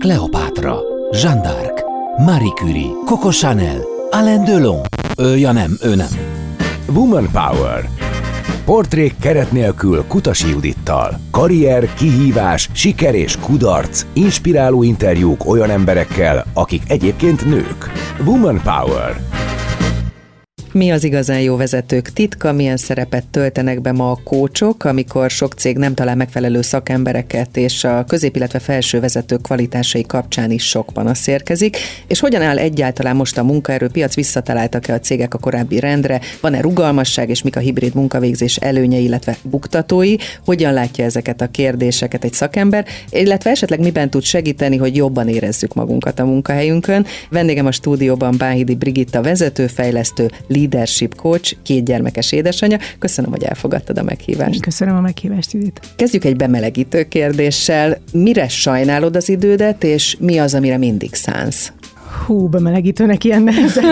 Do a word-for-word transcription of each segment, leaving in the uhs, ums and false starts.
Kleopátra, Jeanne d'Arc, Marie Curie, Coco Chanel, Alain Delon. Ő, ja nem, ő nem. Woman Power. Portrék keret nélkül Kutasi Judittal. Karrier, kihívás, siker és kudarc. Inspiráló interjúk olyan emberekkel, akik egyébként nők. Woman Power. Mi az igazán jó vezetők titka, milyen szerepet töltenek be ma a coachok, amikor sok cég nem talál megfelelő szakembereket, és a közép, illetve felső vezetők kvalitásai kapcsán is sok panasz érkezik, és hogyan áll egyáltalán most a munkaerőpiac, visszataláltak-e a cégek a korábbi rendre, van-e rugalmasság, és mik a hibrid munkavégzés előnyei, illetve buktatói, hogyan látja ezeket a kérdéseket egy szakember, illetve esetleg miben tud segíteni, hogy jobban érezzük magunkat a munkahelyünkön. Vendégem a stúdióban Bánhidi Brigitta, vezetőfejlesztő, leadership coach, két gyermekes édesanyja. Köszönöm, hogy elfogadtad a meghívást. Köszönöm a meghívást, Judit. Kezdjük egy bemelegítő kérdéssel. Mire sajnálod az idődet, és mi az, amire mindig szánsz? Hú, bemelegítőnek ilyen nehezet.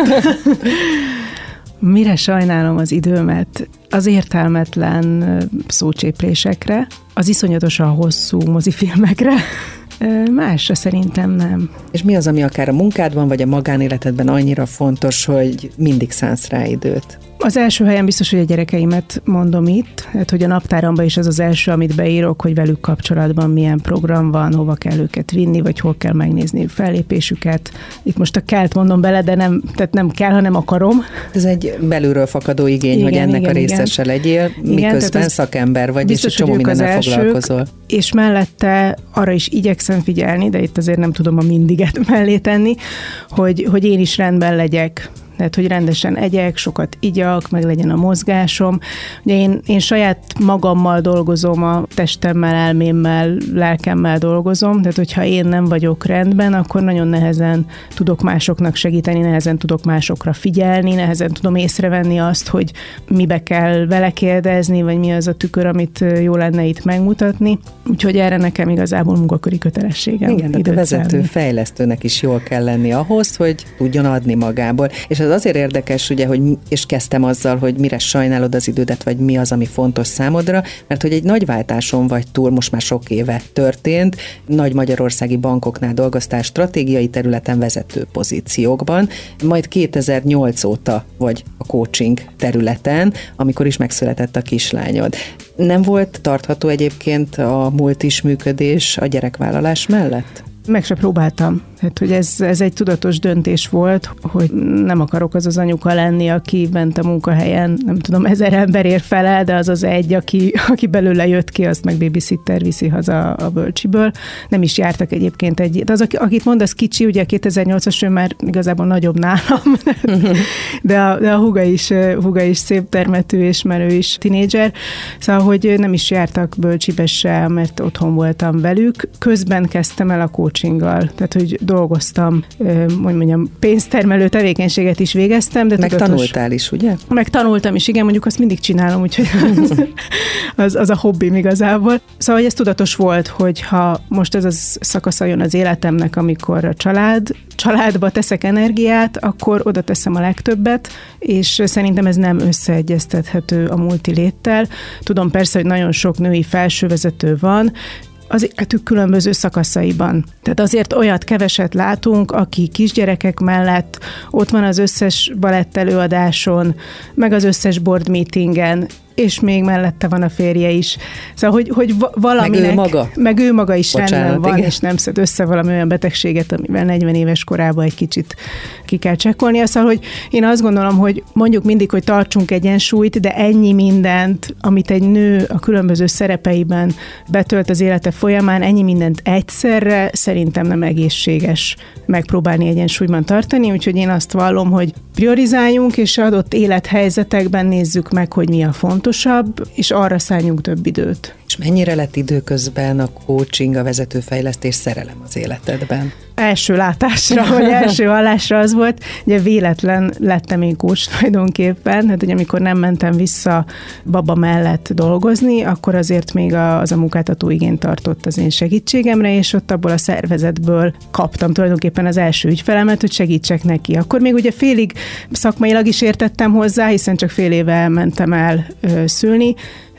Mire sajnálom az időmet? Az értelmetlen szócséplésekre, az iszonyatosan hosszú mozifilmekre, másra szerintem nem. És mi az, ami akár a munkádban, vagy a magánéletedben annyira fontos, hogy mindig szánsz rá időt? Az első helyen biztos, hogy a gyerekeimet mondom itt, hát, hogy a naptáramban is az az első, amit beírok, hogy velük kapcsolatban milyen program van, hova kell őket vinni, vagy hol kell megnézni fellépésüket. Itt most a kelt mondom bele, de nem, tehát nem kell, hanem akarom. Ez egy belülről fakadó igény, igen, hogy ennek igen, a részese igen. legyél, miközben szakember vagy, biztos, és egy csomó mindennel foglalkozol. És mellette arra is igyekszem figyelni, de itt azért nem tudom a mindiget mellé tenni, hogy, hogy én is rendben legyek. Tehát, hogy rendesen egyek, sokat igyak, meg legyen a mozgásom. Ugye én, én saját magammal dolgozom, a testemmel, elmémmel, lelkemmel dolgozom, tehát hogyha én nem vagyok rendben, akkor nagyon nehezen tudok másoknak segíteni, nehezen tudok másokra figyelni, nehezen tudom észrevenni azt, hogy mibe kell vele kérdezni, vagy mi az a tükör, amit jó lenne itt megmutatni. Úgyhogy erre nekem igazából munkaköri kötelességem. Igen, de a vezető fejlesztőnek is jól kell lenni ahhoz, hogy tudjon adni magából. És az azért érdekes, ugye, hogy, és kezdtem azzal, hogy mire sajnálod az idődet, vagy mi az, ami fontos számodra, mert hogy egy nagy váltáson vagy túl, most már sok éve történt, nagy magyarországi bankoknál dolgoztál stratégiai területen, vezető pozíciókban, majd kétezer-nyolc óta vagy a coaching területen, amikor is megszületett a kislányod. Nem volt tartható egyébként a multis működés a gyerekvállalás mellett? Meg se próbáltam. Tehát, hogy ez, ez egy tudatos döntés volt, hogy nem akarok az az anyuka lenni, aki bent a munkahelyen, nem tudom, ezer emberért felel, de az az egy, aki, aki belőle jött ki, azt meg babysitter viszi haza a bölcsiből. Nem is jártak egyébként egy... De az, akit mondasz kicsi, ugye kétezer-nyolcas ő már igazából nagyobb nálam, de a, de a húga is, húga is szép termetű, és mert ő is tinédzser. Szóval, hogy nem is jártak bölcsibe se, mert otthon voltam velük. Közben kezdtem el a coachinggal, tehát, hogy dolgoztam, hogy mondjam, pénztermelő tevékenységet is végeztem. De meg tudatos... tanultál is, ugye? Meg tanultam is, igen, mondjuk azt mindig csinálom, úgyhogy az, az a hobbim igazából. Szóval, hogy ez tudatos volt, hogy ha most ez az szakasza jön az életemnek, amikor a család, családba teszek energiát, akkor oda teszem a legtöbbet, és szerintem ez nem összeegyeztethető a multiléttel. Tudom persze, hogy nagyon sok női felsővezető van, az életük különböző szakaszaiban. Tehát azért olyat keveset látunk, aki kisgyerekek mellett ott van az összes balett előadáson, meg az összes board meetingen, és még mellette van a férje is. Szóval, hogy, hogy valaminek... Meg ő maga. Meg ő maga is Bocsánat, rendben van, igen. és nem szed össze valami olyan betegséget, amivel negyven éves korában egy kicsit ki kell csekkolnia. Szóval, hogy én azt gondolom, hogy mondjuk mindig, hogy tartsunk egyensúlyt, de ennyi mindent, amit egy nő a különböző szerepeiben betölt az élete folyamán, ennyi mindent egyszerre szerintem nem egészséges megpróbálni egyensúlyban tartani, úgyhogy én azt vallom, hogy priorizáljunk, és adott élethelyzetekben nézzük meg, hogy mi a fontosabb, és arra szálljunk több időt. És mennyire lett időközben a coaching, a vezetőfejlesztés szerelem az életedben? Első látásra, vagy első hallásra az volt, ugye véletlen lettem én coach tulajdonképpen, hát ugye amikor nem mentem vissza baba mellett dolgozni, akkor azért még az a munkáltató igényt tartott az én segítségemre, és ott abból a szervezetből kaptam tulajdonképpen az első ügyfelemet, hogy segítsek neki. Akkor még ugye félig szakmailag is értettem hozzá, hiszen csak fél éve mentem el ö, szülni,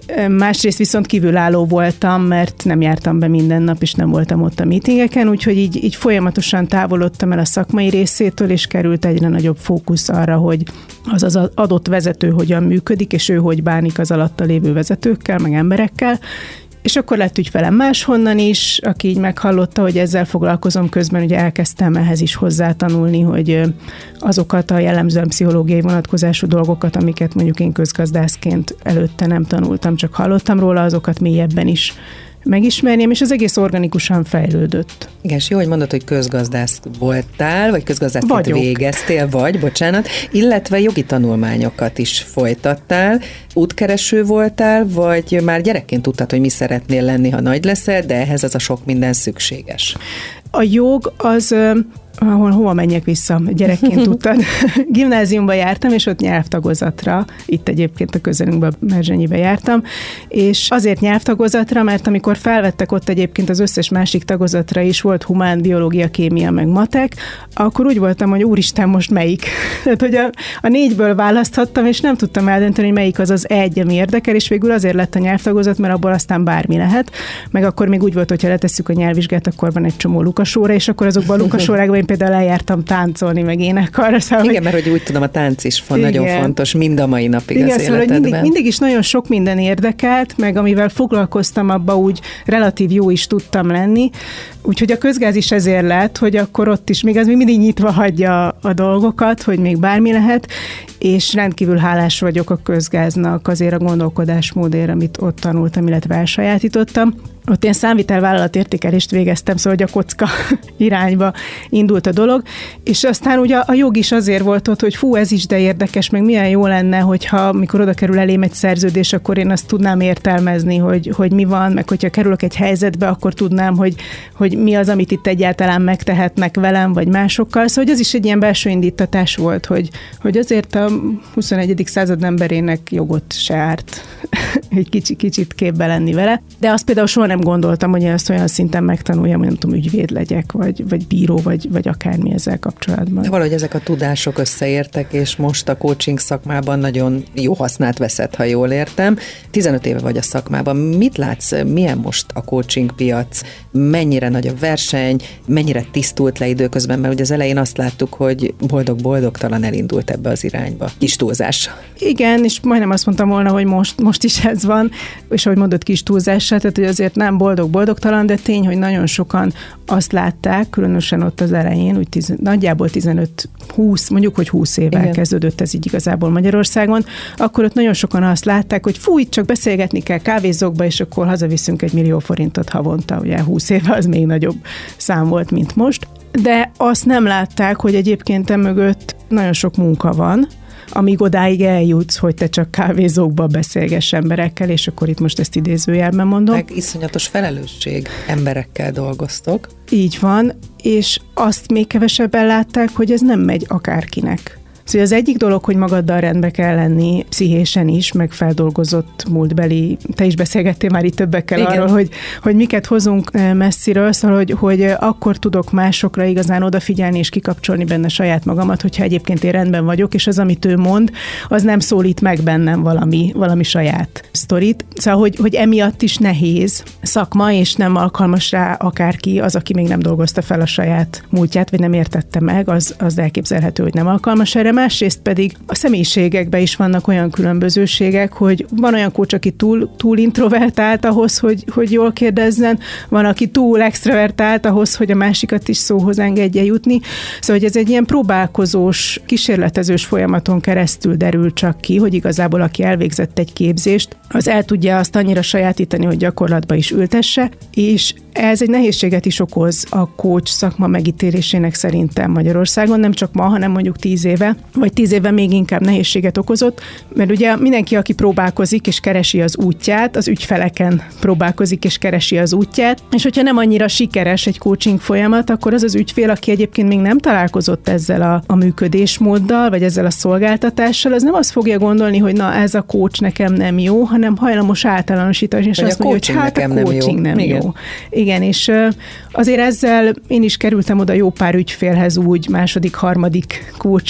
Másrészt viszont kívülálló voltam, mert nem jártam be minden nap, és nem voltam ott a meetingeken, úgyhogy így, így folyamatosan távolodtam el a szakmai részétől, és került egyre nagyobb fókusz arra, hogy az az adott vezető hogyan működik, és ő hogy bánik az alatta lévő vezetőkkel, meg emberekkel. És akkor lett ügyfelem máshonnan is, aki így meghallotta, hogy ezzel foglalkozom, közben ugye elkezdtem ehhez is hozzátanulni, hogy azokat a jellemzően pszichológiai vonatkozású dolgokat, amiket mondjuk én közgazdászként előtte nem tanultam, csak hallottam róla, azokat mélyebben is megismerjem, és az egész organikusan fejlődött. Igen, és jó, hogy mondod, hogy közgazdász voltál, vagy közgazdászként végeztél, vagy, bocsánat, illetve jogi tanulmányokat is folytattál, útkereső voltál, vagy már gyerekként tudtad, hogy mi szeretnél lenni, ha nagy leszel, de ehhez az a sok minden szükséges. A jog az... Ahol, hova menjek vissza? Gyerekként tudtad. Gimnáziumba jártam, és ott nyelvtagozatra, itt egyébként a közelünkben, Merzsenyibe jártam, és azért nyelvtagozatra, mert amikor felvettek ott egyébként az összes másik tagozatra is, volt humán, biológia, kémia, meg matek, akkor úgy voltam, hogy úristen, most melyik? Tehát, hogy a, a négyből választhattam, és nem tudtam eldönteni, hogy melyik az az egy, ami érdekel, és végül azért lett a nyelvtagozat, mert abból aztán bármi lehet. Meg akkor még úgy volt, hogyha letesszük a nyelvvizsgát, akkor van egy csomó lukasóra, és akkor azokban a lukasórákban én például eljártam táncolni, meg énekarra. Szóval, igen, mert hogy úgy tudom, a tánc is van, nagyon fontos mind a mai napig igen, az szóval, életedben. Mindig, mindig is nagyon sok minden érdekelt, meg amivel foglalkoztam, abba úgy relatív jó is tudtam lenni. Úgyhogy a közgáz is ezért lett, hogy akkor ott is még az még mindig nyitva hagyja a dolgokat, hogy még bármi lehet, és rendkívül hálás vagyok a közgáznak azért a gondolkodásmódért, amit ott tanultam, illetve elsajátítottam. Ott ilyen számvitelvállalat értékelést végeztem, szóval hogy a kocka irányba indult a dolog, és aztán ugye a jog is azért volt ott, hogy fú, ez is de érdekes, meg milyen jó lenne, hogyha mikor oda kerül elém egy szerződés, akkor én azt tudnám értelmezni, hogy, hogy mi van, meg hogyha kerülök egy helyzetbe, akkor tudnám, hogy, hogy mi az, amit itt egyáltalán megtehetnek velem, vagy másokkal. Szóval hogy az is egy ilyen belső indítatás volt, hogy, hogy azért a huszonegyedik század emberének jogot se árt egy kicsit, kicsit képbe lenni vele. De azt például soha nem gondoltam, hogy én ezt olyan szinten megtanuljam, hogy nem tudom, ügyvéd legyek, vagy, vagy bíró, vagy, vagy akármi ezzel kapcsolatban. De valahogy ezek a tudások összeértek, és most a coaching szakmában nagyon jó hasznát veszed, ha jól értem. tizenöt éve vagy a szakmában. Mit látsz, milyen most a coaching piac? Mennyire nagy a verseny? Mennyire tisztult le időközben? Mert ugye az elején azt láttuk, hogy boldog-boldogtalan elindult ebbe az irányba. Kis túlzással. Igen, és majdnem azt mondtam volna, hogy most, most is ez van, és ahogy mondod, kis túlzással, tehát hogy azért nem boldog-boldogtalan, de tény, hogy nagyon sokan azt látták, különösen ott az elején, úgy tiz, nagyjából tizenöt-húsz, mondjuk, hogy húsz évvel igen. kezdődött ez így igazából Magyarországon, akkor ott nagyon sokan azt látták, hogy fú, itt csak beszélgetni kell kávézókba, és akkor hazaviszünk egy millió forintot havonta, ugye húsz éve az még nagyobb szám volt, mint most. De azt nem látták, hogy egyébként emögött nagyon sok munka van, amíg odáig eljutsz, hogy te csak kávézókba beszélgess emberekkel, és akkor itt most ezt idézőjelben mondom. Meg iszonyatos felelősség, emberekkel dolgoztok. Így van, és azt még kevesebben látták, hogy ez nem megy akárkinek. Szóval az egyik dolog, hogy magaddal rendbe kell lenni, pszichésen is, meg feldolgozott múltbeli, te is beszélgettél már itt többekkel igen. arról, hogy, hogy miket hozunk messziről, szóval, hogy, hogy akkor tudok másokra igazán odafigyelni és kikapcsolni benne saját magamat, hogyha egyébként én rendben vagyok, és az, amit ő mond, az nem szólít meg bennem valami, valami saját sztorit. Szóval, hogy, hogy emiatt is nehéz szakma, és nem alkalmas rá akárki, az, aki még nem dolgozta fel a saját múltját, vagy nem értette meg, az, az elképzelhető, hogy nem alkalmas erre. Másrészt pedig a személyiségekben is vannak olyan különbözőségek, hogy van olyan coach, aki túl, túl introvertált ahhoz, hogy, hogy jól kérdezzen, van, aki túl extravertált ahhoz, hogy a másikat is szóhoz engedje jutni. Szóval, hogy ez egy ilyen próbálkozós, kísérletezős folyamaton keresztül derül csak ki, hogy igazából aki elvégzett egy képzést, az el tudja azt annyira sajátítani, hogy gyakorlatba is ültesse, és ez egy nehézséget is okoz a coach szakma megítélésének szerintem Magyarországon, nem csak ma, hanem mondjuk tíz éve, vagy tíz éve még inkább nehézséget okozott, mert ugye mindenki, aki próbálkozik és keresi az útját, az ügyfeleken próbálkozik és keresi az útját, és hogyha nem annyira sikeres egy coaching folyamat, akkor az az ügyfél, aki egyébként még nem találkozott ezzel a, a működésmóddal, vagy ezzel a szolgáltatással, az nem azt fogja gondolni, hogy na ez a coach nekem nem jó, hanem hajlamos általánosítani, és vagy azt mondja, hogy hát a coaching nem jó. Nem jó. Igen, és azért ezzel én is kerültem oda jó pár ügyfélhez úgy második, harmadik coachként,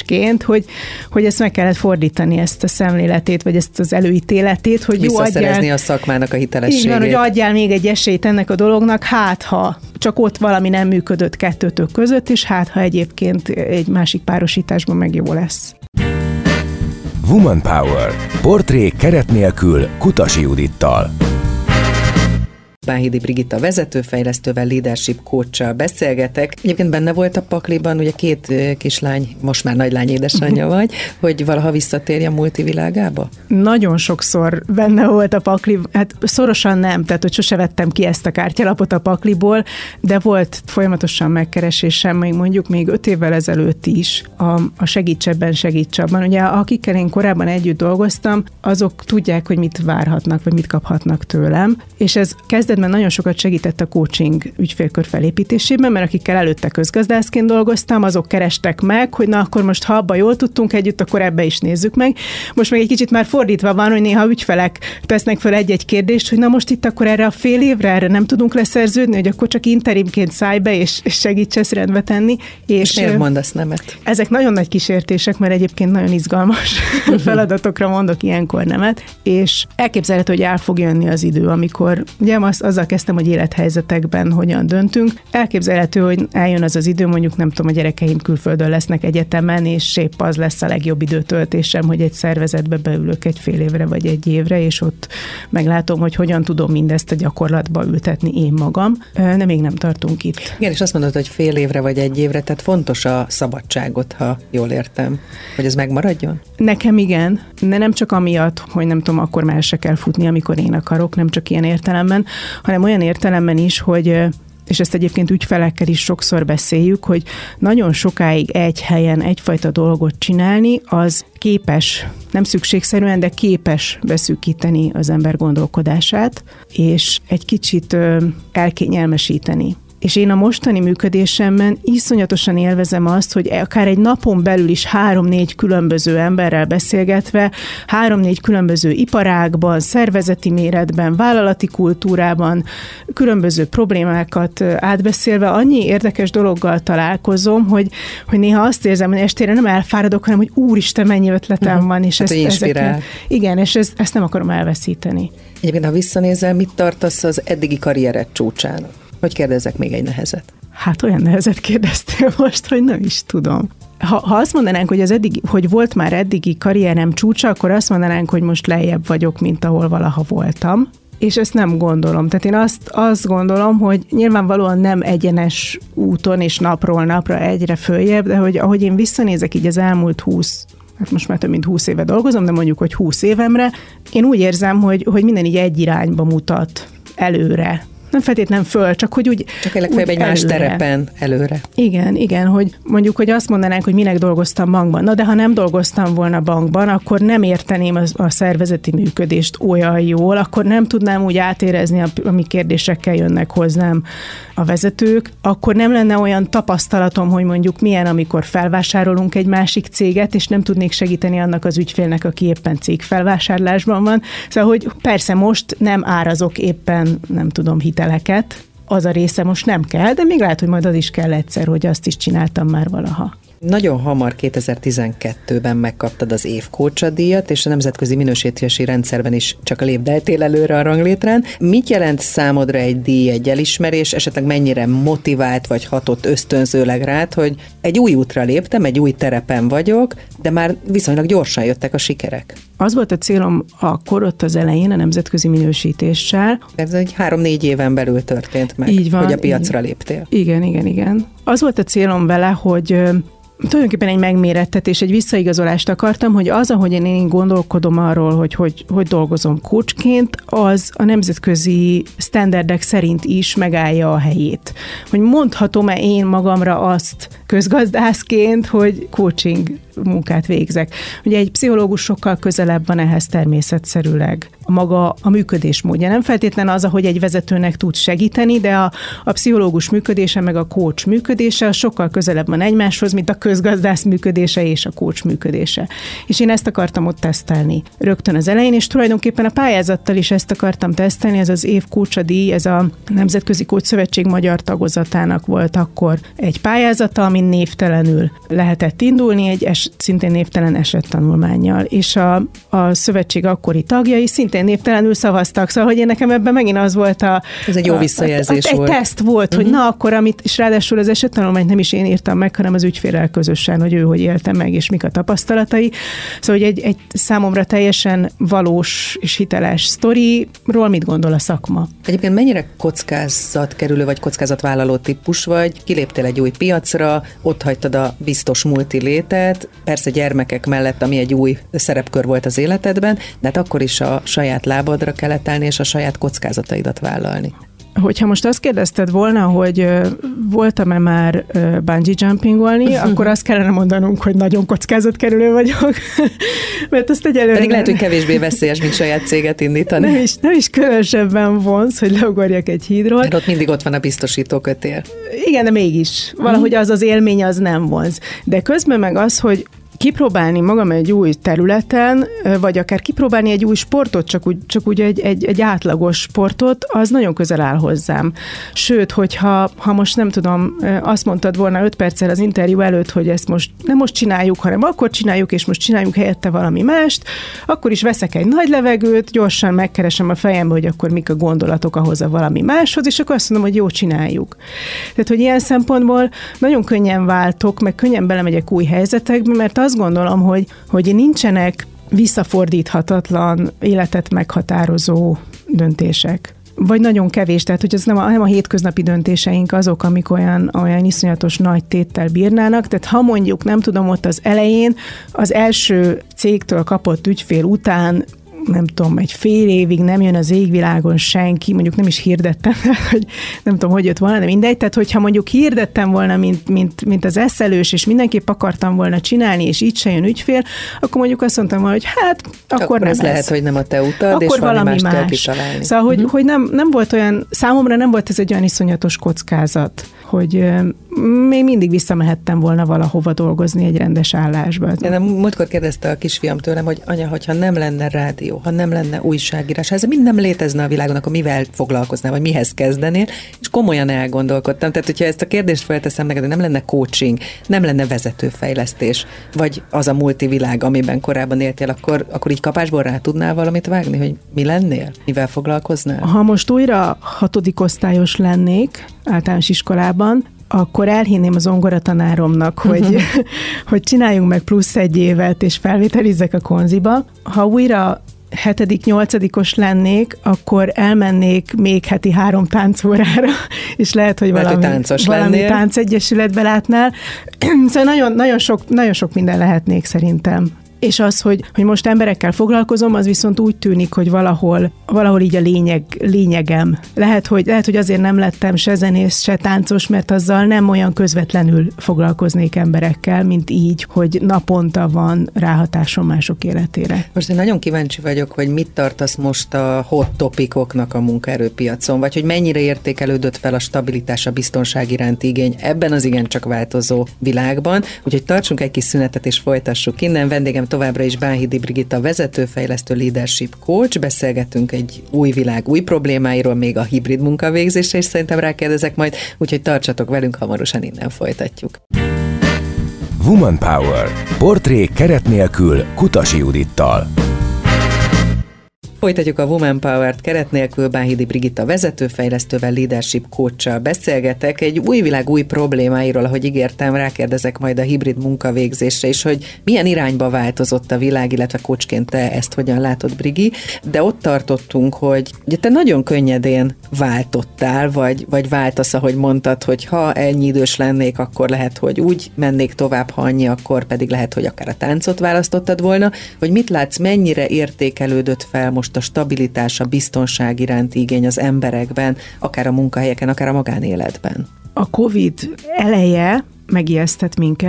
egyébként, hogy, hogy ezt meg kellett fordítani, ezt a szemléletét, vagy ezt az előítéletét, hogy jó, visszaszerezni a szakmának a hitelességét. Igen, hogy adjál még egy esélyt ennek a dolognak, hát ha csak ott valami nem működött kettőtök között, és hát ha egyébként egy másik párosításban meg jó lesz. Woman Power. Portrék keret nélkül Kutasi Judittal. Bánhidi Brigitta vezetőfejlesztővel, leadership coachsal beszélgetek. Egyébként benne volt a pakliban, ugye két kislány, most már nagylány édesanyja vagy, hogy valaha visszatérj a multivilágába? Nagyon sokszor benne volt a pakli, hát szorosan nem, tehát hogy sose vettem ki ezt a kártyalapot a pakliból, de volt folyamatosan megkeresésem, még mondjuk még öt évvel ezelőtt is a, a segíts ebben, segíts abban. Ugye akikkel én korábban együtt dolgoztam, azok tudják, hogy mit várhatnak, vagy mit kaphatnak tőlem, és ez kezdetben nagyon sokat segített a coaching ügyfélkör felépítésében, mert akikkel előtte közgazdászként dolgoztam, azok kerestek meg, hogy na akkor most ha abba jól tudtunk együtt, akkor ebbe is nézzük meg. Most meg egy kicsit már fordítva van, hogy néha ügyfelek tesznek fel egy-egy kérdést, hogy na most itt akkor erre a fél évre, erre nem tudunk leszerződni, hogy akkor csak interimként szállj be, és segíts ezt rendbe tenni. És, és miért mondasz nemet? Ezek nagyon nagy kísértések, mert egyébként nagyon izgalmas feladatokra mondok ilyenkor nemet, és elképzelhető, hogy el fog jönni az idő, amikor ugye azt azzal kezdtem, hogy élethelyzetekben hogyan döntünk. Elképzelhető, hogy eljön az az idő, mondjuk nem tudom, a gyerekeim külföldön lesznek egyetemen, és épp az lesz a legjobb időtöltésem, hogy egy szervezetbe beülök egy fél évre vagy egy évre, és ott meglátom, hogy hogyan tudom mindezt a gyakorlatba ültetni én magam. De még nem tartunk itt. Igen, és azt mondod, hogy fél évre vagy egy évre, tehát fontos a szabadságot, ha jól értem, hogy ez megmaradjon? Nekem igen, de nem csak amiatt, hogy nem tudom, akkor már se kell futni, amikor én akarok, nem csak ilyen értelemben, hanem olyan értelemben is, hogy, és ezt egyébként ügyfelekkel is sokszor beszéljük, hogy nagyon sokáig egy helyen egyfajta dolgot csinálni, az képes, nem szükségszerűen, de képes beszűkíteni az ember gondolkodását, és egy kicsit elkényelmesíteni. És én a mostani működésemben iszonyatosan élvezem azt, hogy akár egy napon belül is három-négy különböző emberrel beszélgetve, három-négy különböző iparágban, szervezeti méretben, vállalati kultúrában, különböző problémákat átbeszélve annyi érdekes dologgal találkozom, hogy, hogy néha azt érzem, hogy estére nem elfáradok, hanem hogy úristen, mennyi ötletem van, és hát, ezt, ezeket, igen, és ezt, ezt nem akarom elveszíteni. Egyébként, ha visszanézel, mit tartasz az eddigi karriered csúcsának? Hogy kérdezzek még egy nehezet? Hát olyan nehezet kérdeztél most, hogy nem is tudom. Ha, ha azt mondanánk, hogy, az eddigi, hogy volt már eddigi karrierem csúcsa, akkor azt mondanánk, hogy most lejjebb vagyok, mint ahol valaha voltam. És ezt nem gondolom. Tehát én azt, azt gondolom, hogy nyilvánvalóan nem egyenes úton és napról napra egyre följebb, de hogy ahogy én visszanézek így az elmúlt húsz, hát most már több mint húsz éve dolgozom, de mondjuk, hogy húsz évemre, én úgy érzem, hogy, hogy minden így egy irányba mutat előre. Nem feltétlenül föl, csak hogy úgy Csak legfeljebb egy más terepen előre. Igen, igen, hogy mondjuk, hogy azt mondanánk, hogy minek dolgoztam bankban. Na de ha nem dolgoztam volna bankban, akkor nem érteném a, a szervezeti működést olyan jól, akkor nem tudnám úgy átérezni, ami kérdésekkel jönnek hozzám a vezetők, akkor nem lenne olyan tapasztalatom, hogy mondjuk milyen, amikor felvásárolunk egy másik céget, és nem tudnék segíteni annak az ügyfélnek, aki éppen cégfelvásárlásban van. Szóval, hogy persze most nem árazok éppen, nem tudom, hiteleket, az a része most nem kell, de még lehet, hogy majd az is kell egyszer, hogy azt is csináltam már valaha. Nagyon hamar kétezer-tizenkettőben megkaptad az év coacha díjat, és a nemzetközi minősítési rendszerben is csak lépdeltél előre a ranglétrán. Mit jelent számodra egy díj, egy elismerés, esetleg mennyire motivált vagy hatott ösztönzőleg rád, hogy egy új útra léptem, egy új terepen vagyok, de már viszonylag gyorsan jöttek a sikerek? Az volt a célom akkor ott az elején a nemzetközi minősítéssel. Ez egy három-négy éven belül történt meg, így van, hogy a piacra így. léptél. Igen, igen, igen. Az volt a célom vele, hogy tulajdonképpen egy megmérettetés, egy visszaigazolást akartam, hogy az, ahogy én gondolkodom arról, hogy hogy, hogy dolgozom coachként, az a nemzetközi standardek szerint is megállja a helyét. Hogy mondhatom-e én magamra azt közgazdászként, hogy coaching munkát végzek. Ugye egy pszichológus sokkal közelebb van ehhez természetszerűleg. A maga a működésmódja. Nem feltétlen az, ahogy egy vezetőnek tud segíteni, de a, a pszichológus működése meg a coach működése sokkal közelebb van egymáshoz, mint a közgazdász működése és a coach működése. És én ezt akartam ott tesztelni rögtön az elején, és tulajdonképpen a pályázattal is ezt akartam tesztelni, ez az év coacha díj, ez a Nemzetközi Coach Szövetség magyar tagozatának volt akkor egy pályázata, amin szintén névtelenül lehetett indulni, egy es, szintén névtelen esettanulmánnyal, és a, a szövetség akkori tagjai szintén névtelenül szavaztak, szóval, hogy én nekem ebben megint az volt a... Ez egy jó visszajelzés a, a, volt. Egy teszt volt, uh-huh. hogy na akkor, amit, és ráadásul az esettanulmányt nem is én írtam meg, hanem az ügyféllel közösen, hogy ő hogy élte meg, és mik a tapasztalatai. Szóval, hogy egy, egy számomra teljesen valós és hiteles sztoriról mit gondol a szakma? Egyébként mennyire kockázatkerülő vagy kockázatvállaló típus vagy? Kiléptél egy új piacra, ott hagytad a biztos multi létet, persze gyermekek mellett, ami egy új szerepkör volt az életedben, de hát akkor is a saját lábadra kellett állni, és a saját kockázataidat vállalni. Hogyha most azt kérdezted volna, hogy voltam-e már bungee jumpingolni, akkor azt kellene mondanunk, hogy nagyon kockázatkerülő vagyok. Mert azt egyelőre... Pedig lehet, hogy kevésbé veszélyes, mint saját céget indítani. Nem is, nem is különösebben vonz, hogy leugorjak egy hídról. Mert ott mindig ott van a biztosítókötél. Igen, de mégis. Valahogy az az élmény, az nem vonz. De közben meg az, hogy kipróbálni magam egy új területen, vagy akár kipróbálni egy új sportot, csak úgy, csak úgy egy, egy, egy átlagos sportot, az nagyon közel áll hozzám. Sőt, hogyha ha most nem tudom, azt mondtad volna öt perccel az interjú előtt, hogy ezt most nem most csináljuk, hanem akkor csináljuk, és most csináljuk helyette valami mást, akkor is veszek egy nagy levegőt, gyorsan megkeresem a fejembe, hogy akkor mik a gondolatok ahhoz a valami máshoz, és akkor azt mondom, hogy jó, csináljuk. Tehát, hogy ilyen szempontból nagyon könnyen váltok, meg könnyen belemegyek új helyzetekbe, mert azt gondolom, hogy, hogy nincsenek visszafordíthatatlan, életet meghatározó döntések. Vagy nagyon kevés, tehát hogy ez nem a, nem a hétköznapi döntéseink azok, amik olyan, olyan iszonyatos nagy téttel bírnának. Tehát ha mondjuk, nem tudom, ott az elején az első cégtől kapott ügyfél után nem tudom, egy fél évig nem jön az égvilágon senki, mondjuk nem is hirdettem, hogy nem tudom, hogy jött volna, de mindegy. Tehát, hogyha mondjuk hirdettem volna, mint, mint, mint az eszelős, és mindenképp akartam volna csinálni, és így se jön ügyfél, akkor mondjuk azt mondtam volna, hogy hát, akkor, akkor nem ez. lehet, hogy nem a te utad, akkor és valami, valami más. Kitalálni. Szóval, hogy, uh-huh. hogy nem, nem volt olyan, számomra nem volt ez egy olyan iszonyatos kockázat, hogy euh, még mindig visszamehettem volna valahova dolgozni egy rendes állásba. Én múltkor kérdezte a kisfiam tőlem, hogy anya, hogyha nem lenne rádió, ha nem lenne újságírás, ha ez mind nem létezne a világon, akkor mivel foglalkoznál, vagy mihez kezdenél, és komolyan elgondolkodtam. Tehát, hogyha ezt a kérdést felteszem neked, hogy nem lenne coaching, nem lenne vezetőfejlesztés, vagy az a multivilág, amiben korábban éltél, akkor, akkor így kapásból rá tudnál valamit vágni, hogy mi lennél? Mivel foglalkoznál? Ha most újra hatodik osztályos lennék általános iskolában, akkor elhinném az zongoratanáromnak, hogy, hogy csináljunk meg plusz egy évet, és felvételizzek a konziba. Ha újra hetedik, nyolcadikos lennék, akkor elmennék még heti három táncórára, és lehet, hogy lehet, valami, hogy valami lennél. táncegyesületbe látnál. Szóval nagyon, nagyon, sok, nagyon sok minden lehetnék szerintem. És az, hogy, hogy most emberekkel foglalkozom, az viszont úgy tűnik, hogy valahol, valahol így a lényeg, lényegem. Lehet hogy, lehet, hogy azért nem lettem se zenész, se táncos, mert azzal nem olyan közvetlenül foglalkoznék emberekkel, mint így, hogy naponta van ráhatásom mások életére. Most én nagyon kíváncsi vagyok, hogy mit tartasz most a hot topicoknak a munkaerőpiacon, vagy hogy mennyire értékelődött fel a stabilitás, a biztonság iránti igény ebben az igencsak változó világban. Úgyhogy tartsunk egy kis szünetet és folytassuk innen. Vendégem továbbra is Bánhidi Brigitta, vezetőfejlesztő leadership coach. Beszélgetünk egy új világ új problémáiról, még a hibrid munkavégzésre, és szerintem rákérdezek majd, úgyhogy tartsatok velünk, hamarosan innen folytatjuk. Woman Power. Portré keret nélkül Kutasi Judittal. Folytatjuk a Woman Power-t keret nélkül, Bánhidi Brigitta vezetőfejlesztővel, leadership coach-sal beszélgetek. Egy új világ új problémáiról, ahogy ígértem, rákérdezek majd a hibrid munkavégzésre is, hogy milyen irányba változott a világ, illetve coachként te ezt hogyan látod, Brigi. De ott tartottunk, hogy ugye te nagyon könnyedén váltottál, vagy, vagy váltasz, ahogy mondtad, hogy ha ennyi idős lennék, akkor lehet, hogy úgy mennék tovább, ha annyi, akkor pedig lehet, hogy akár a táncot választottad volna. Hogy mit látsz, mennyire értékelődött fel most a stabilitás, a biztonság iránti igény az emberekben, akár a munkahelyeken, akár a magánéletben? A Covid eleje megijesztett minket,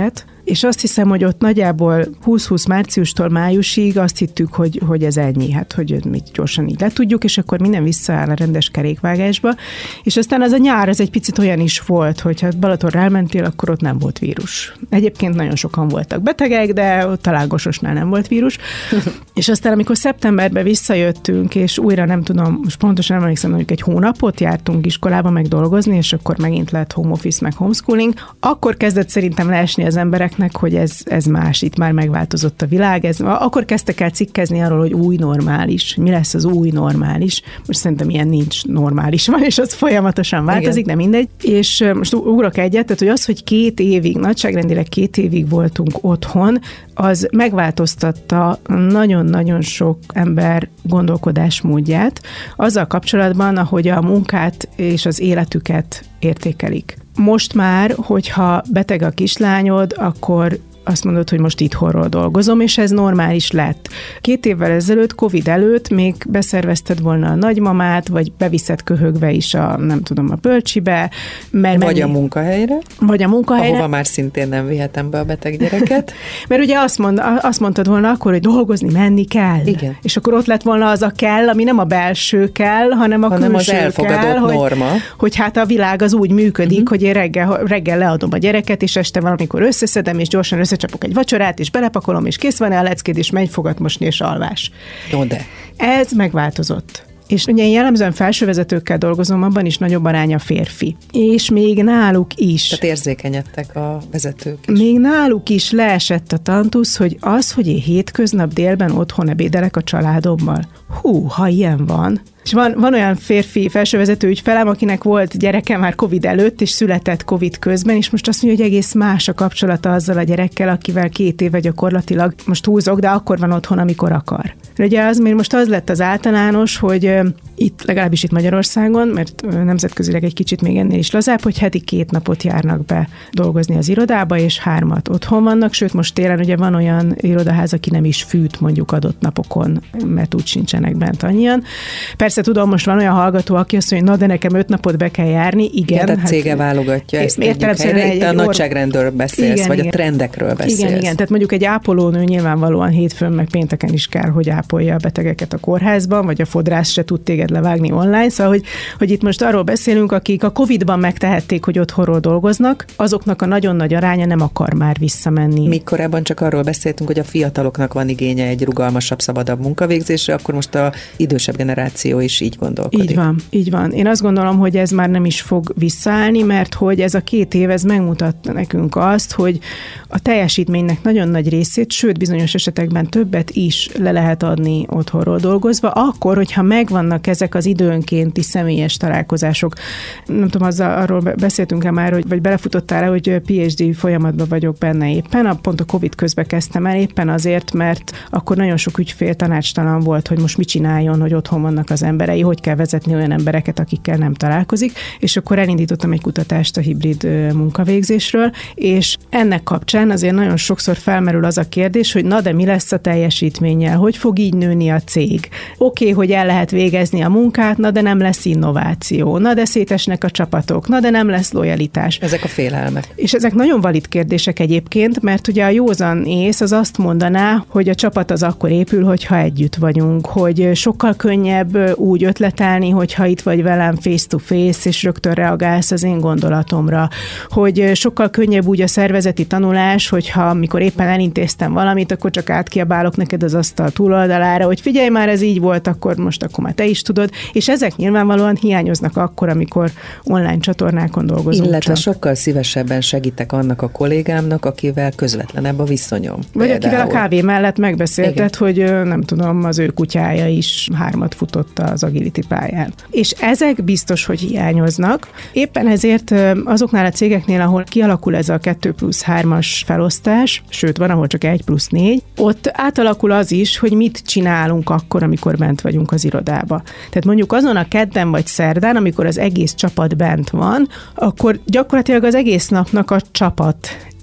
és azt hiszem, hogy ott nagyjából húsz-húsz márciustól májusig azt hittük, hogy, hogy ez ennyi, hát hogy mi gyorsan így le tudjuk, és akkor minden visszaáll a rendes kerékvágásba, és aztán az a nyár, az egy picit olyan is volt, hogy ha Balatonra elmentél, akkor ott nem volt vírus. Egyébként nagyon sokan voltak betegek, de ott talán Gososnál nem volt vírus. És aztán, amikor szeptemberben visszajöttünk, és újra nem tudom, most pontosan emlékszem, mondjuk egy hónapot jártunk iskolába meg dolgozni, és akkor megint lett home office meg homeschooling, akkor kezdett szerintem leesni az embereknek, hogy ez, ez más, itt már megváltozott a világ, ez, akkor kezdtek el cikkezni arról, hogy új normális, mi lesz az új normális. Most szerintem ilyen nincs, normális van, és az folyamatosan változik, igen. De mindegy. És most ugrok egyet, tehát hogy az, hogy két évig, nagyságrendileg két évig voltunk otthon, az megváltoztatta nagyon-nagyon sok ember gondolkodásmódját azzal kapcsolatban, ahogy a munkát és az életüket értékelik. Most már, hogyha beteg a kislányod, akkor azt mondod, hogy most itthonról dolgozom, és ez normális lett. Két évvel ezelőtt, Covid előtt még beszervezted volna a nagymamát, vagy beviszed köhögve is a, nem tudom, a bölcsibe. Mert vagy mennyi... a munkahelyre. Vagy a munkahelyre. Ahova már szintén nem vihetem be a beteg gyereket. Mert ugye azt, mond, azt mondtad volna akkor, hogy dolgozni, menni kell. Igen. És akkor ott lett volna az a kell, ami nem a belső kell, hanem a hanem külső az elfogadott kell, norma. Hogy, hogy hát a világ az úgy működik, uh-huh. hogy én reggel, reggel leadom a gyereket, és este valamikor összeszedem, és gyorsan összecsapok egy vacsorát, és belepakolom, és kész van-e a leckéd, és megy fogat mosni, és alvás. No de. Ez megváltozott. És ugye én jellemzően felsővezetőkkel dolgozom, abban is nagyobb aránya férfi. És még náluk is. Tehát érzékenyedtek a vezetők is. Még náluk is leesett a tantusz, hogy az, hogy én hétköznap délben otthon ebédelek a családommal. Hú, ha ilyen van. És van, van olyan férfi felsővezető ügyfelem, akinek volt gyereke már Covid előtt, és született Covid közben, és most azt mondja, hogy egész más a kapcsolata azzal a gyerekkel, akivel két éve gyakorlatilag, most húzok, de akkor van otthon, amikor akar. Ugye az, mert most az lett az általános, hogy itt, legalábbis itt Magyarországon, mert nemzetközileg egy kicsit még ennél is lazább, hogy heti két napot járnak be dolgozni az irodába, és hármat otthon vannak, sőt most télen ugye van olyan irodaház, aki nem is fűt mondjuk adott napokon, mert úgy sincsenek bent annyian. Persze tudom, most van olyan hallgató, aki azt mondja, hogy na de nekem öt napot be kell járni, igen. Igen, tehát hát, cége válogatja ezt értelemszerűen helyre. Itt egy, a egy nagyságrendről beszélsz, igen, vagy igen. a trendekről beszélsz. Igen, igen, tehát mondjuk egy ápolónő nyilvánvalóan hétfőn meg pénteken is kell, hogy ápolja a betegeket a kórházban, vagy a fodrász se tud téged levágni online, szóval, hogy, hogy itt most arról beszélünk, akik a Covidban megtehették, hogy otthonról dolgoznak, azoknak a nagyon nagy aránya nem akar már visszamenni. Míg korábban csak arról beszéltünk, hogy a fiataloknak van igénye egy rugalmasabb, szabadabb munkavégzésre, akkor most az idősebb generáció is így gondolkodik. Így van, így van. Én azt gondolom, hogy ez már nem is fog visszaállni, mert hogy ez a két év, ez megmutatta nekünk azt, hogy a teljesítménynek nagyon nagy részét, sőt bizonyos esetekben többet is le lehet adni otthonról dolgozva, akkor, hogyha megvannak ezek az időnkénti személyes találkozások. Nem tudom, azzal, arról beszéltünk-e már, hogy, vagy belefutottál-e, hogy pé há dé folyamatban vagyok benne éppen, a, pont a Covid közben kezdtem el, éppen azért, mert akkor nagyon sok ügyfél tanácstalan volt, hogy most mit csináljon, hogy otthon vannak az emberei, hogy kell vezetni olyan embereket, akikkel nem találkozik, és akkor elindítottam egy kutatást a hibrid munkavégzésről, és ennek kapcsán azért nagyon sokszor felmerül az a kérdés, hogy na de mi lesz a teljesítménnyel, hogy fog így nőni a cég. Oké, okay, hogy el lehet végezni a munkát, na de nem lesz innováció, na de szétesnek a csapatok, na de nem lesz lojalitás. Ezek a félelmek. És ezek nagyon valid kérdések egyébként, mert ugye a józan ész az azt mondaná, hogy a csapat az akkor épül, hogyha együtt vagyunk, hogy sokkal könnyebb úgy ötletelni, hogyha itt vagy velem face to face, és rögtön reagálsz az én gondolatomra, hogy sokkal könnyebb úgy a szervezeti tanulás, hogyha amikor éppen elintéztem valamit, akkor csak átkiabálok neked az asztal túloldalára, hogy figyelj már, ez így volt, akkor most akkor már te is tudod, és ezek nyilvánvalóan hiányoznak akkor, amikor online csatornákon dolgozunk. Illetve csak. sokkal szívesebben segítek annak a kollégámnak, akivel közvetlenebb a viszonyom. Vagy például. akivel a kávé mellett megbeszélted, igen, hogy nem tudom, az ő kutyája is hármat futott az agility pályán. És ezek biztos, hogy hiányoznak. Éppen ezért azoknál a cégeknél, ahol kialakul ez a kettő plusz hármas felosztás, sőt, van, ahol csak egy plusz négy, ott átalakul az is, hogy mit csinálunk akkor, amikor bent vagyunk az irodába. Tehát mondjuk azon a kedden vagy szerdán, amikor az egész csapat bent van, akkor gyakorlatilag az egész napnak a csapat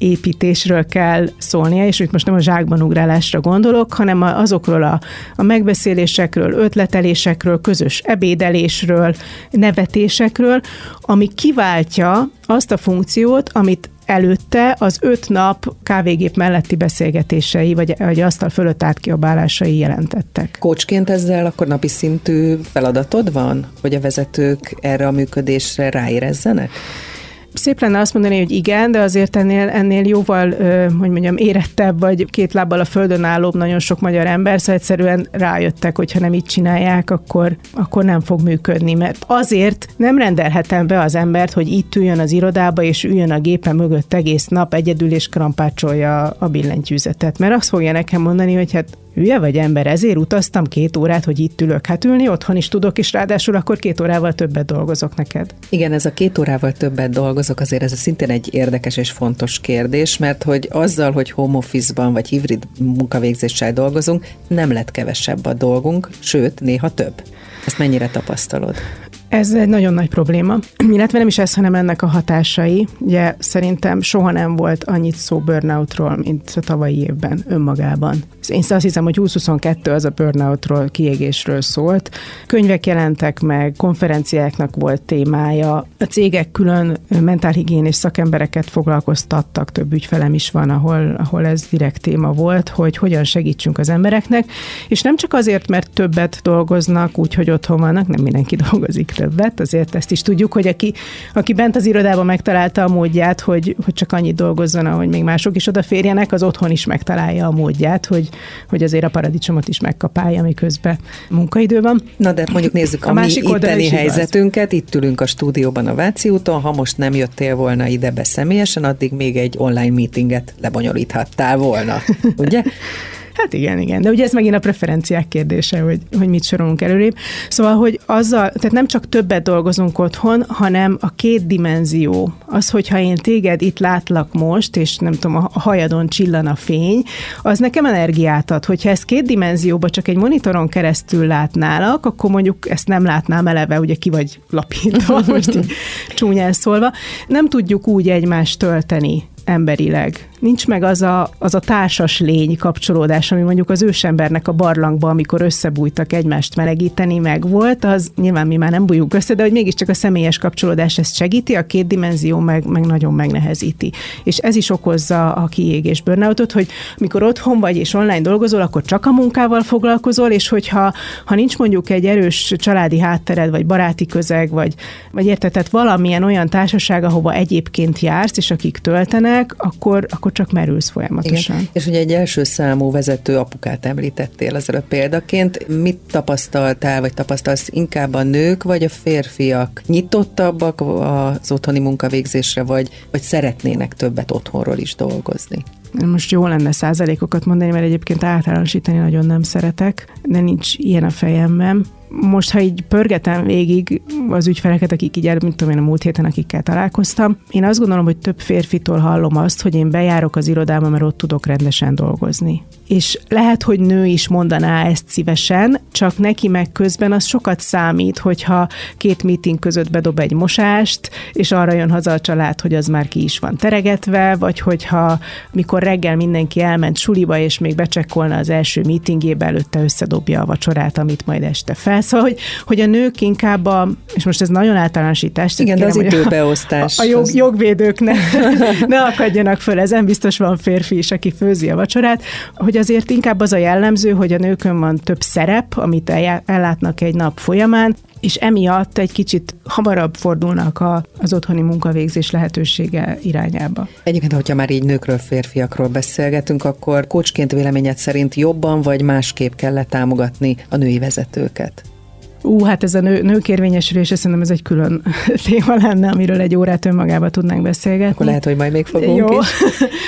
építésről kell szólnia, és itt most nem a zsákban ugrálásra gondolok, hanem azokról a, a megbeszélésekről, ötletelésekről, közös ebédelésről, nevetésekről, ami kiváltja azt a funkciót, amit előtte az öt nap kávégép melletti beszélgetései, vagy, vagy asztal fölött átkiabálásai jelentettek. Coachként ezzel akkor napi szintű feladatod van, hogy a vezetők erre a működésre ráérezzenek? Szép lenne azt mondani, hogy igen, de azért ennél, ennél jóval, hogy mondjam, érettebb, vagy két lábbal a földön állóbb nagyon sok magyar ember, szóval egyszerűen rájöttek, hogy ha nem így csinálják, akkor, akkor nem fog működni, mert azért nem rendelhetem be az embert, hogy itt üljön az irodába, és üljön a gépe mögött egész nap egyedül, és krampácsolja a billentyűzetet, mert azt fogja nekem mondani, hogy hát hülye vagy ember, ezért utaztam két órát, hogy itt ülök. Hát ülni otthon is tudok, és ráadásul akkor két órával többet dolgozok neked. Igen, ez a két órával többet dolgozok, azért ez szintén egy érdekes és fontos kérdés, mert hogy azzal, hogy home office-ban vagy hibrid munkavégzéssel dolgozunk, nem lett kevesebb a dolgunk, sőt, néha több. Ezt mennyire tapasztalod? Ez egy nagyon nagy probléma, illetve nem is ez, hanem ennek a hatásai. Ugye szerintem soha nem volt annyit szó burnoutról, mint a tavalyi évben önmagában. Én azt hiszem, hogy húsz-huszonkettő az a burnoutról, kiégésről szólt. Könyvek jelentek meg, konferenciáknak volt témája, a cégek külön mentálhigiénés szakembereket foglalkoztattak, több ügyfelem is van, ahol, ahol ez direkt téma volt, hogy hogyan segítsünk az embereknek, és nem csak azért, mert többet dolgoznak, úgyhogy otthon vannak, nem mindenki dolgozik többet, azért ezt is tudjuk, hogy aki, aki bent az irodában megtalálta a módját, hogy, hogy csak annyit dolgozzon, ahogy még mások is odaférjenek, az otthon is megtalálja a módját, hogy, hogy azért a paradicsomot is megkapálja, miközben munkaidő van. Na de mondjuk nézzük a, a mi itteni helyzetünket, itt ülünk a stúdióban a Váci úton, ha most nem jöttél volna ide be személyesen, addig még egy online meetinget lebonyolíthattál volna, ugye? Hát igen, igen. De ugye ez megint a preferenciák kérdése, hogy, hogy mit sorolunk előrébb. Szóval, hogy azzal, tehát nem csak többet dolgozunk otthon, hanem a két dimenzió. Az, hogyha én téged itt látlak most, és nem tudom, a hajadon csillan a fény, az nekem energiát ad. Hogyha ezt két dimenzióba csak egy monitoron keresztül látnálak, akkor mondjuk ezt nem látnám eleve, ugye ki vagy lapítva, most így csúnyán szólva. Nem tudjuk úgy egymást tölteni emberileg. Nincs meg az a, az a társas lény kapcsolódás, ami mondjuk az ősembernek a barlangba, amikor összebújtak egymást melegíteni, meg volt, az nyilván mi már nem bújunk össze, de hogy mégiscsak a személyes kapcsolódás ezt segíti, a két dimenzió meg, meg nagyon megnehezíti. És ez is okozza a kiégés burnoutot, hogy mikor otthon vagy és online dolgozol, akkor csak a munkával foglalkozol, és hogyha ha nincs mondjuk egy erős családi háttered, vagy baráti közeg, vagy, vagy érted, tehát valamilyen olyan társaság, ahova egyébként jársz, és akik töltenek, akkor, akkor csak merülsz folyamatosan. Igen. És ugye egy első számú vezető apukát említettél az előbb példaként. Mit tapasztaltál, vagy tapasztalsz inkább a nők, vagy a férfiak? Nyitottabbak az otthoni munkavégzésre, vagy, vagy szeretnének többet otthonról is dolgozni? Most jó lenne százalékokat mondani, mert egyébként általánosítani nagyon nem szeretek, de nincs ilyen a fejemben. Most, ha így pörgetem végig az ügyfeleket, akik így, mint tudom én a múlt héten, akikkel találkoztam, én azt gondolom, hogy több férfitől hallom azt, hogy én bejárok az irodába, mert ott tudok rendesen dolgozni. És lehet, hogy nő is mondaná ezt szívesen, csak neki meg közben az sokat számít, hogyha két meeting között bedob egy mosást, és arra jön haza a család, hogy az már ki is van teregetve, vagy hogyha mikor reggel mindenki elment suliba, és még becsekkolna az első meetingjébe, előtte összedobja a vacsorát, amit majd este fel. Szóval, hogy, hogy a nők inkább a, és most ez nagyon általánosítás. Igen, de az időbeosztás. A, a jog, jogvédők ne, ne akadjanak föl, ezen biztos van férfi is, aki főzi a vacsorát, hogy azért inkább az a jellemző, hogy a nőkön van több szerep, amit ellátnak egy nap folyamán, és emiatt egy kicsit hamarabb fordulnak a, az otthoni munkavégzés lehetősége irányába. Egyébként, hogyha már így nőkről, férfiakról beszélgetünk, akkor coachként véleményed szerint jobban vagy másképp kellett támogatni a női vezetőket? Ú, hát ez a nő, nőkérvényesülés, szerintem ez egy külön téma lenne, amiről egy órát önmagába tudnánk beszélgetni. Akkor lehet, hogy majd még fogunk Jó. is.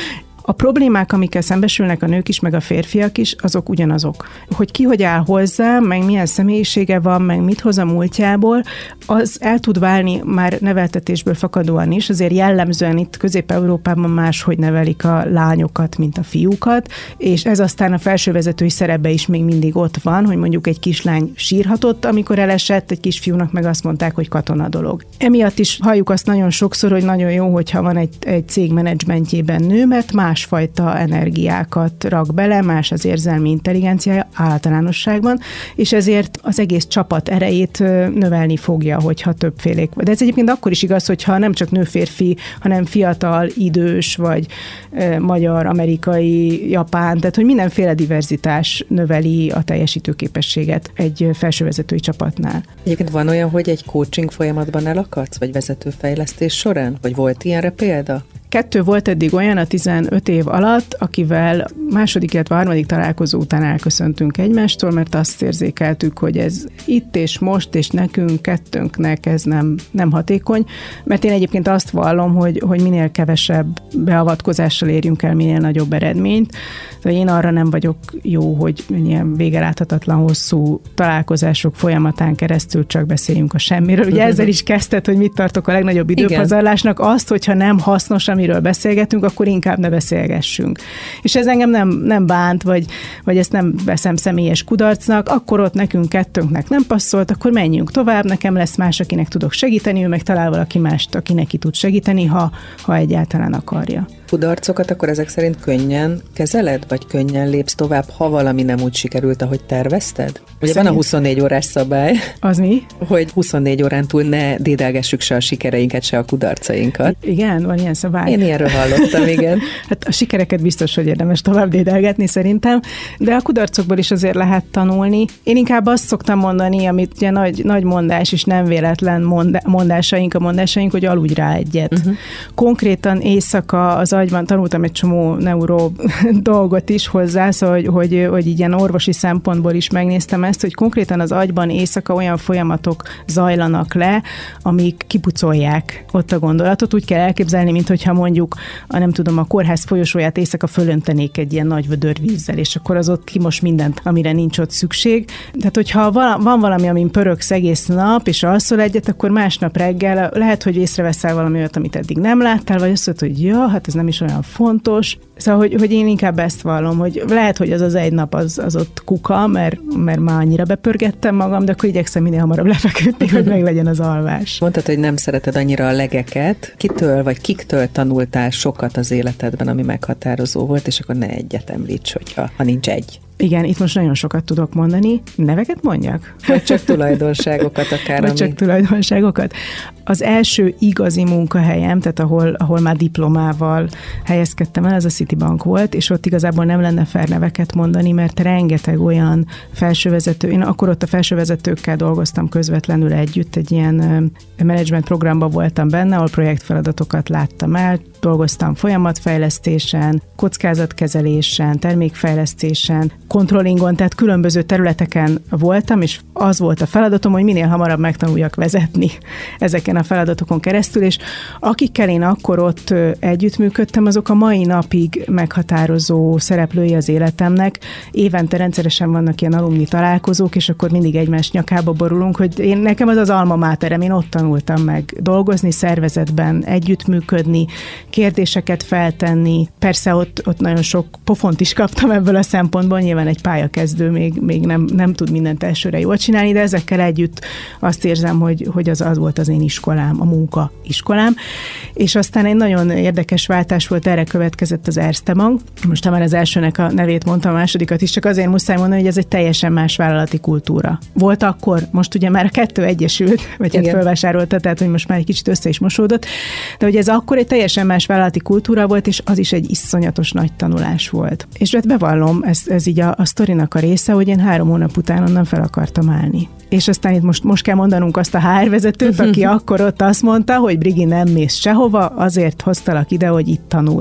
A problémák, amikkel szembesülnek a nők is, meg a férfiak is, azok ugyanazok. Hogy ki hogy áll hozzá, meg milyen személyisége van, meg mit hoz a múltjából, az el tud válni már neveltetésből fakadóan is. Azért jellemzően itt Közép-Európában máshogy nevelik a lányokat, mint a fiúkat, és ez aztán a felsővezetői szerepbe is még mindig ott van, hogy mondjuk egy kislány sírhatott, amikor elesett, egy kisfiúnak meg azt mondták, hogy katona dolog. Emiatt is halljuk azt nagyon sokszor, hogy nagyon jó, hogyha van egy, egy cég menedzsmentjében nő, mert másfajta energiákat rak bele, más az érzelmi intelligenciája általánosságban, és ezért az egész csapat erejét növelni fogja, hogyha többfélék. De ez egyébként akkor is igaz, hogyha nem csak nő-férfi, hanem fiatal, idős, vagy e, magyar, amerikai, japán, tehát hogy mindenféle diverzitás növeli a teljesítőképességet egy felsővezetői csapatnál. Egyébként van olyan, hogy egy coaching folyamatban elakadsz, vagy vezetőfejlesztés során? Vagy volt ilyenre példa? Kettő volt eddig olyan a tizenöt év alatt, akivel második, illetve harmadik találkozó után elköszöntünk egymástól, mert azt érzékeltük, hogy ez itt és most, és nekünk, kettőnknek ez nem, nem hatékony, mert én egyébként azt vallom, hogy, hogy minél kevesebb beavatkozással érjünk el minél nagyobb eredményt. Tehát én arra nem vagyok jó, hogy ilyen végeláthatatlan hosszú találkozások folyamatán keresztül csak beszéljünk a semmiről. Ugye ezzel is kezdted, hogy mit tartok a legnagyobb időpazarlásnak, azt, hogyha nem hasznos, amiről beszélgetünk, akkor inkább ne beszélgessünk. És ez engem nem, nem bánt, vagy, vagy ezt nem veszem személyes kudarcnak, akkor ott nekünk kettőnknek nem passzolt, akkor menjünk tovább, nekem lesz más, akinek tudok segíteni, ő meg talál valaki mást, aki neki tud segíteni, ha, ha egyáltalán akarja. Kudarcokat akkor ezek szerint könnyen kezeled, vagy könnyen lépsz tovább, ha valami nem úgy sikerült, ahogy tervezted? Ugye Szerint... van a huszonnégy órás szabály. Az mi? Hogy huszonnégy órán túl ne dédelgessük se a sikereinket, se a kudarcainkat. Igen, van ilyen szabály. Én ilyenről hallottam, igen. Hát a sikereket biztos, hogy érdemes tovább dédelgetni szerintem, de a kudarcokból is azért lehet tanulni. Én inkább azt szoktam mondani, amit ugye nagy, nagy mondás és nem véletlen mondásaink, a mondásaink, hogy aludj rá egyet. Uh-huh. Konkrétan éjszaka az agyban tanultam egy csomó neuro dolgot is hozzá, szóval, hogy, hogy, hogy ilyen orvosi szempontból is megnéztem ezt, hogy konkrétan az agyban éjszaka olyan folyamatok zajlanak le, amik kipucolják ott a gondolatot. Úgy kell elképzelni, mint hogyha mondjuk, a, nem tudom, a kórház folyosóját éjszaka fölöntenék egy ilyen nagy vödör vízzel, és akkor az ott kimos mindent, amire nincs ott szükség. Tehát, hogyha van valami, amin pöröksz egész nap, és alszol egyet, akkor másnap reggel lehet, hogy észreveszel valami olyat, amit eddig nem láttál, vagy azt mondod, hogy ja, hát ez nem is olyan fontos. Szóval, hogy, hogy én inkább ezt vallom, hogy lehet, hogy az az egy nap az, az ott kuka, mert, mert már annyira bepörgettem magam, de akkor igyekszem minél hamarabb lefeküdni, hogy meg legyen az alvás. Mondtad, hogy nem szereted annyira a legeket. Kitől vagy kiktől tanultál sokat az életedben, ami meghatározó volt, és akkor ne egyet említs, hogyha, ha nincs egy. Igen, itt most nagyon sokat tudok mondani. Neveket mondjak? Vagy csak tulajdonságokat akár. Vagy ami... csak tulajdonságokat. Az első igazi munkahelyem, tehát ahol, ahol már diplomával helyezkedtem el, az a Citibank volt, és ott igazából nem lenne fair neveket mondani, mert rengeteg olyan felsővezető, én akkor ott a felsővezetőkkel dolgoztam közvetlenül együtt, egy ilyen management programban voltam benne, ahol projektfeladatokat láttam el, dolgoztam folyamatfejlesztésen, kockázatkezelésen, termékfejlesztésen, controllingon, tehát különböző területeken voltam, és az volt a feladatom, hogy minél hamarabb megtanuljak vezetni ezeken a feladatokon keresztül, és akikkel én akkor ott együttműködtem, azok a mai napig meghatározó szereplői az életemnek. Évente rendszeresen vannak ilyen alumni találkozók, és akkor mindig egymás nyakába borulunk, hogy én, nekem az az alma máterem, én ott tanultam meg dolgozni, szervezetben együttműködni, kérdéseket feltenni. Persze ott, ott nagyon sok pofont is kaptam ebből a szempontból, nyilván egy pályakezdő még, még nem, nem tud mindent elsőre jól csinálni, de ezekkel együtt azt érzem, hogy, hogy az, az volt az én iskolám, a munka iskolám. És aztán egy nagyon érdekes váltás volt, erre következett az Erste Bank. Most ha már az elsőnek a nevét mondtam, a másodikat is, csak azért muszáj mondani, hogy ez egy teljesen más vállalati kultúra. Volt akkor, most ugye már a kettő egyesült, vagy hát fölvásárolta, tehát hogy most már egy kicsit össze is mosódott, de hogy ez akkor egy teljesen más vállalati kultúra volt, és az is egy iszonyatos nagy tanulás volt. És hát bevallom, ez, ez így a, a sztorinak a része, hogy én három hónap után onnan fel akartam állni. És aztán itt most, most kell mondanunk azt a há er vezetőt, aki akkor ott azt mondta, hogy Brigi, nem mész sehova, azért hoztalak ide, hogy itt tanulj.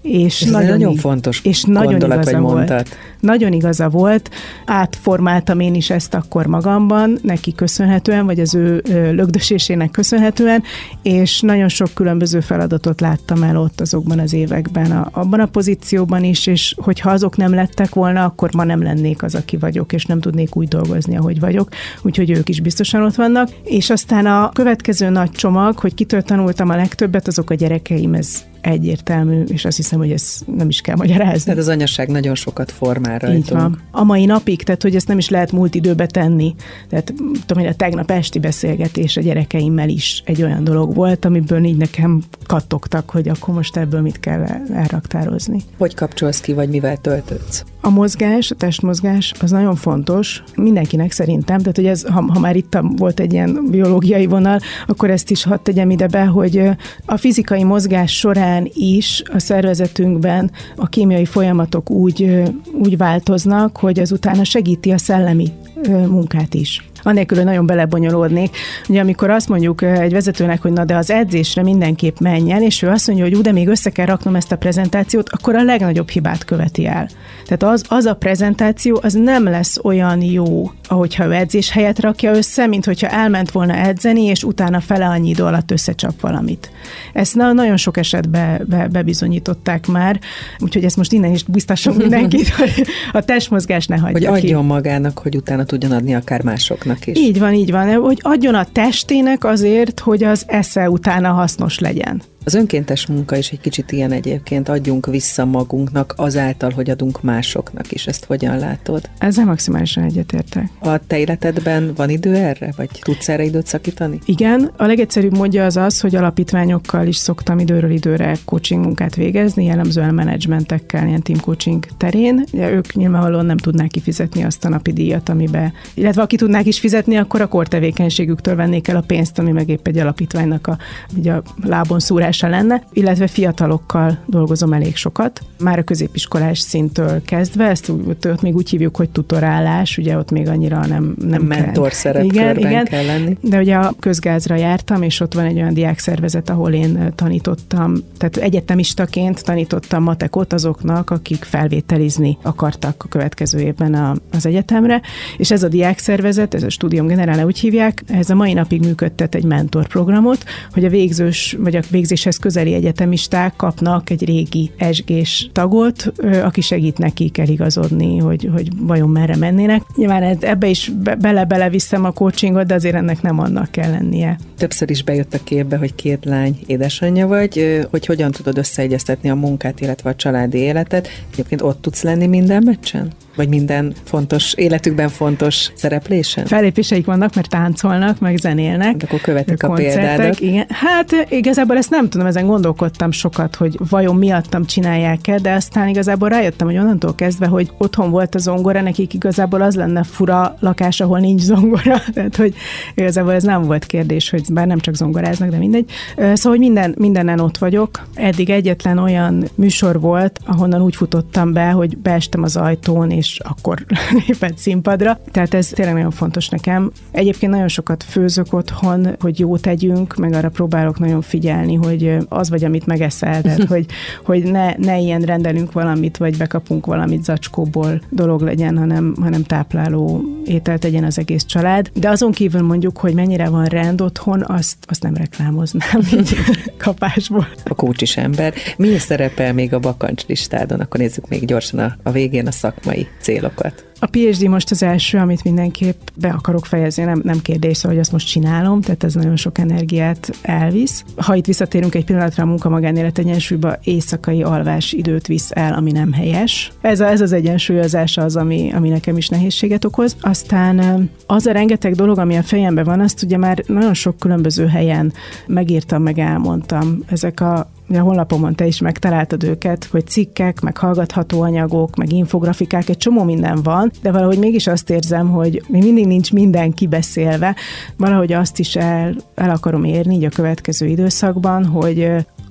És, és nagyon, nagyon fontos és nagyon gondolat, igaza vagy mondat. Volt. Nagyon igaza volt. Átformáltam én is ezt akkor magamban, neki köszönhetően, vagy az ő lögdösésének köszönhetően, és nagyon sok különböző feladatot láttam el ott azokban az években, a, abban a pozícióban is, és hogyha azok nem lettek volna, akkor ma nem lennék az, aki vagyok, és nem tudnék úgy dolgozni, ahogy vagyok. Úgyhogy ők is biztosan ott vannak. És aztán a következő nagy csomag, hogy kitől tanultam a legtöbbet, azok a gyerekeim, ez egyértelmű, és azt hiszem, hogy ezt nem is kell magyarázni. Tehát az anyaság nagyon sokat formál rajtunk. Így van. A mai napig, tehát hogy ezt nem is lehet múlt időbe tenni. Tehát tudom, hogy a tegnap esti beszélgetés a gyerekeimmel is egy olyan dolog volt, amiből így nekem kattogtak, hogy akkor most ebből mit kell elraktározni. Hogy kapcsolsz ki, vagy mivel töltődsz? A mozgás, a testmozgás, az nagyon fontos mindenkinek szerintem, tehát hogy ez, ha, ha már itt volt egy ilyen biológiai vonal, akkor ezt is hadd tegyem ide be, hogy a fizikai mozgás során is a szervezetünkben a kémiai folyamatok úgy, úgy változnak, hogy az utána segíti a szellemi munkát is. Annélkül, hogy nagyon belebonyolódnék. Ugye amikor azt mondjuk egy vezetőnek, hogy na de az edzésre mindenképp menj el, és ő azt mondja, hogy ú, de még össze kell raknom ezt a prezentációt, akkor a legnagyobb hibát követi el. Tehát az, az a prezentáció, az nem lesz olyan jó, ahogyha ő edzés helyett rakja össze, mint hogyha elment volna edzeni, és utána fele annyi idő alatt összecsap valamit. Ezt na, nagyon sok esetben be, bebizonyították már, úgyhogy ezt most innen is biztassunk mindenkit, hogy a testmozgás ne hagyja hogy ki. Hogy adjon magának, hogy utána tudjon adni akár másoknak is. Így van, így van, hogy adjon a testének azért, hogy az esze utána hasznos legyen. Az önkéntes munka is egy kicsit ilyen egyébként, adjunk vissza magunknak azáltal, hogy adunk másoknak is. Ezt hogyan látod? Ezzel maximálisan egyetértek. A te életedben van idő erre? Vagy tudsz erre időt szakítani? Igen. A legegyszerűbb módja az az, hogy alapítványokkal is szoktam időről időre coaching munkát végezni, jellemzően menedzsmentekkel, ilyen team coaching terén. Ja, ők nyilvánvalóan nem tudnák kifizetni azt a napi díjat, amiben, illetve aki tudnák is fizetni, akkor a kortevékenységüktől vennék el a pénzt, ami meg épp egy alapítványnak a, ugye a lábon szúrás lenne, illetve fiatalokkal dolgozom elég sokat. Már a középiskolás szinttől kezdve, ezt ott még úgy hívjuk, hogy tutorálás, ugye ott még annyira nem, nem mentor kell. Szerepkörben igen, igen. kell lenni. De ugye a közgázra jártam, és ott van egy olyan diákszervezet, ahol én tanítottam, tehát egyetemistaként tanítottam matekot azoknak, akik felvételizni akartak a következő évben a, az egyetemre, és ez a diákszervezet, ez a Studium Generale úgy hívják, ez a mai napig működtet egy mentorprogramot, hogy a végzős, vagy a végzés hez közeli egyetemisták kapnak egy régi es gés tagot, aki segít nekik eligazodni, hogy, hogy vajon merre mennének. Nyilván ebbe is bele-bele viszem a coachingot, de azért ennek nem annak kell lennie. Többször is bejött a képbe, hogy két lány édesanyja vagy, hogy hogyan tudod összeegyeztetni a munkát, illetve a családi életet. Egyébként ott tudsz lenni minden meccsen? Vagy minden fontos, életükben fontos szereplésen? Fellépéseik vannak, mert táncolnak, meg zenélnek. De akkor követik a példádat. Igen. Hát igazából ezt nem tudom, ezen gondolkodtam sokat, hogy vajon miattam csinálják-e, de aztán igazából rájöttem, hogy onnantól kezdve, hogy otthon volt a zongora, nekik igazából az lenne fura lakás, ahol nincs zongora. Tehát, hogy igazából ez nem volt kérdés, hogy bár nem csak zongoráznak, de mindegy. Szóval, hogy minden, mindenen ott vagyok. Eddig egyetlen olyan műsor volt, ahonnan úgy futottam be, hogy beestem az ajtón, és akkor lépett színpadra. Tehát ez tényleg nagyon fontos nekem. Egyébként nagyon sokat főzök otthon, hogy jót tegyünk, meg arra próbálok nagyon figyelni, hogy az vagy, amit megeszel, tehát, hogy, hogy ne, ne ilyen rendelünk valamit, vagy bekapunk valamit zacskóból dolog legyen, hanem, hanem tápláló ételt tegyen az egész család. De azon kívül mondjuk, hogy mennyire van rend otthon, azt, azt nem reklámoznám így kapásból. A kócsis ember. Mi szerepel még a bakancslistádon? Akkor nézzük még gyorsan a, a végén a szakmai célokat. A pé há dé most az első, amit mindenképp be akarok fejezni, nem, nem kérdés, szóval, hogy azt most csinálom, tehát ez nagyon sok energiát elvisz. Ha itt visszatérünk egy pillanatra a munka-magánélet egyensúlyba, éjszakai alvás időt visz el, ami nem helyes. Ez, a, ez az egyensúlyozása az, ami, ami nekem is nehézséget okoz. Aztán az a rengeteg dolog, ami a fejemben van, azt ugye már nagyon sok különböző helyen megírtam, meg elmondtam. Ezek a a honlapomon te is megtaláltad őket, hogy cikkek, meg hallgatható anyagok, meg infografikák, egy csomó minden van, de valahogy mégis azt érzem, hogy még mindig nincs minden kibeszélve. Valahogy azt is el, el akarom érni így a következő időszakban, hogy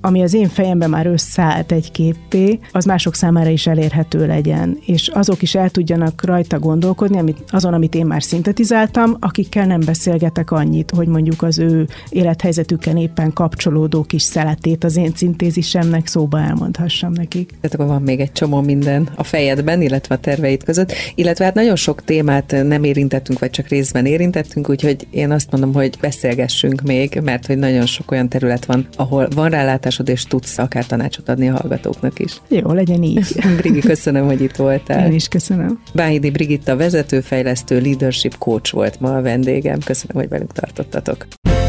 ami az én fejemben már összeállt egy képpé, az mások számára is elérhető legyen, és azok is el tudjanak rajta gondolkodni, amit, azon, amit én már szintetizáltam, akikkel nem beszélgetek annyit, hogy mondjuk az ő élethelyzetükkel éppen kapcsolódó kis szeletét az én szintézisemnek szóba elmondhassam nekik. Tehát akkor van még egy csomó minden a fejedben, illetve a terveid között, illetve hát nagyon sok témát nem érintettünk, vagy csak részben érintettünk, úgyhogy én azt mondom, hogy beszélgessünk még, mert hogy nagyon sok olyan terület van, ahol van rálátásod, és tudsz akár tanácsot adni a hallgatóknak is. Jó, legyen így. Brigi, köszönöm, hogy itt voltál. Én is köszönöm. Báhidi Brigitta vezetőfejlesztő leadership coach volt ma a vendégem. Köszönöm, hogy velünk tartottatok.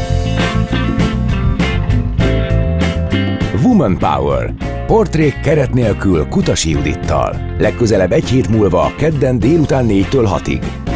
Woman Power. Portrék keret nélkül Kutasi Judittal. Legközelebb egy hét múlva, kedden délután négytől hatig.